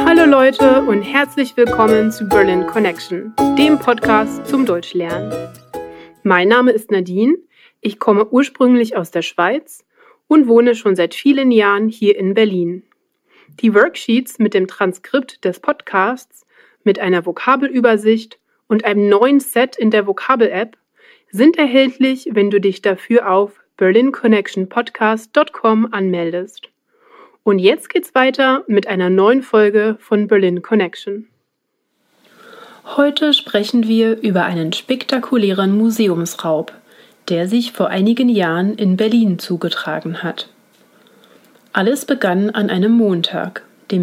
Hallo Leute und herzlich willkommen zu Berlin Connection, dem Podcast zum Deutschlernen. Mein Name ist Nadine, ich komme ursprünglich aus der Schweiz und wohne schon seit vielen Jahren hier in Berlin. Die Worksheets mit dem Transkript des Podcasts, mit einer Vokabelübersicht und einem neuen Set in der Vokabel-App sind erhältlich, wenn du dich dafür auf berlinconnectionpodcast.com anmeldest. Und jetzt geht's weiter mit einer neuen Folge von Berlin Connection. Heute sprechen wir über einen spektakulären Museumsraub, der sich vor einigen Jahren in Berlin zugetragen hat. Alles begann an einem Montag, dem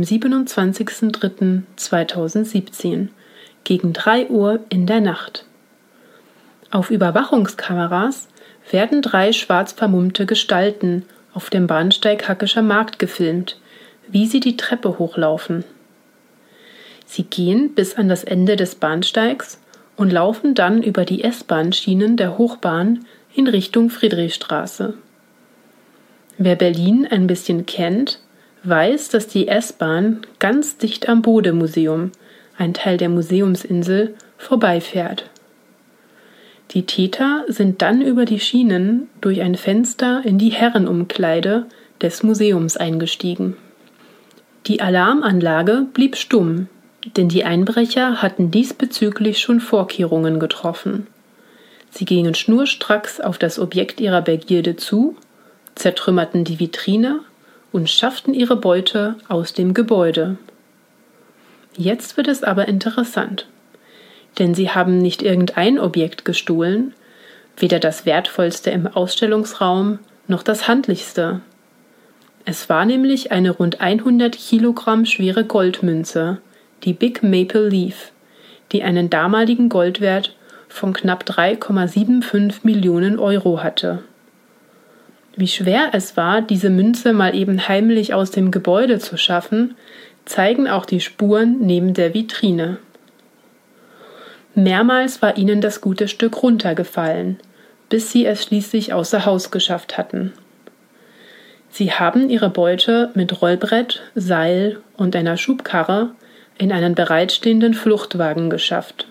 27.03.2017, gegen 3 Uhr in der Nacht. Auf Überwachungskameras werden 3 schwarz vermummte Gestalten auf dem Bahnsteig Hackescher Markt gefilmt, wie sie die Treppe hochlaufen. Sie gehen bis an das Ende des Bahnsteigs und laufen dann über die S-Bahn-Schienen der Hochbahn in Richtung Friedrichstraße. Wer Berlin ein bisschen kennt, weiß, dass die S-Bahn ganz dicht am Bode-Museum, ein Teil der Museumsinsel, vorbeifährt. Die Täter sind dann über die Schienen durch ein Fenster in die Herrenumkleide des Museums eingestiegen. Die Alarmanlage blieb stumm, denn die Einbrecher hatten diesbezüglich schon Vorkehrungen getroffen. Sie gingen schnurstracks auf das Objekt ihrer Begierde zu, zertrümmerten die Vitrine und schafften ihre Beute aus dem Gebäude. Jetzt wird es aber interessant. Denn sie haben nicht irgendein Objekt gestohlen, weder das Wertvollste im Ausstellungsraum noch das handlichste. Es war nämlich eine rund 100 Kilogramm schwere Goldmünze, die Big Maple Leaf, die einen damaligen Goldwert von knapp 3,75 Millionen Euro hatte. Wie schwer es war, diese Münze mal eben heimlich aus dem Gebäude zu schaffen, zeigen auch die Spuren neben der Vitrine. Mehrmals war ihnen das gute Stück runtergefallen, bis sie es schließlich außer Haus geschafft hatten. Sie haben ihre Beute mit Rollbrett, Seil und einer Schubkarre in einen bereitstehenden Fluchtwagen geschafft.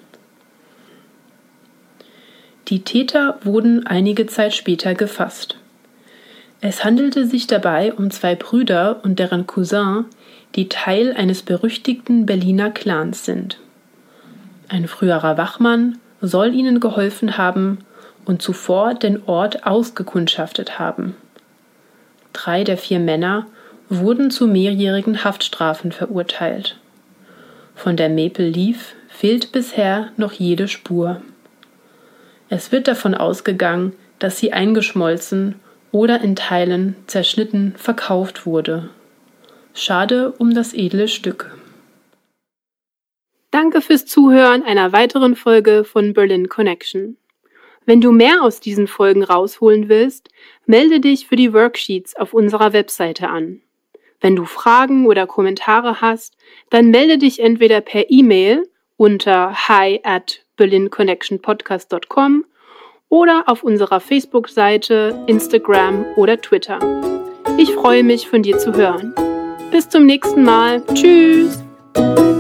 Die Täter wurden einige Zeit später gefasst. Es handelte sich dabei um 2 Brüder und deren Cousin, die Teil eines berüchtigten Berliner Clans sind. Ein früherer Wachmann soll ihnen geholfen haben und zuvor den Ort ausgekundschaftet haben. 3 der 4 Männer wurden zu mehrjährigen Haftstrafen verurteilt. Von der Maple Leaf fehlt bisher noch jede Spur. Es wird davon ausgegangen, dass sie eingeschmolzen oder in Teilen zerschnitten verkauft wurde. Schade um das edle Stück. Danke fürs Zuhören einer weiteren Folge von Berlin Connection. Wenn du mehr aus diesen Folgen rausholen willst, melde dich für die Worksheets auf unserer Webseite an. Wenn du Fragen oder Kommentare hast, dann melde dich entweder per E-Mail unter hi@berlinconnectionpodcast.com oder auf unserer Facebook-Seite, Instagram oder Twitter. Ich freue mich, von dir zu hören. Bis zum nächsten Mal. Tschüss!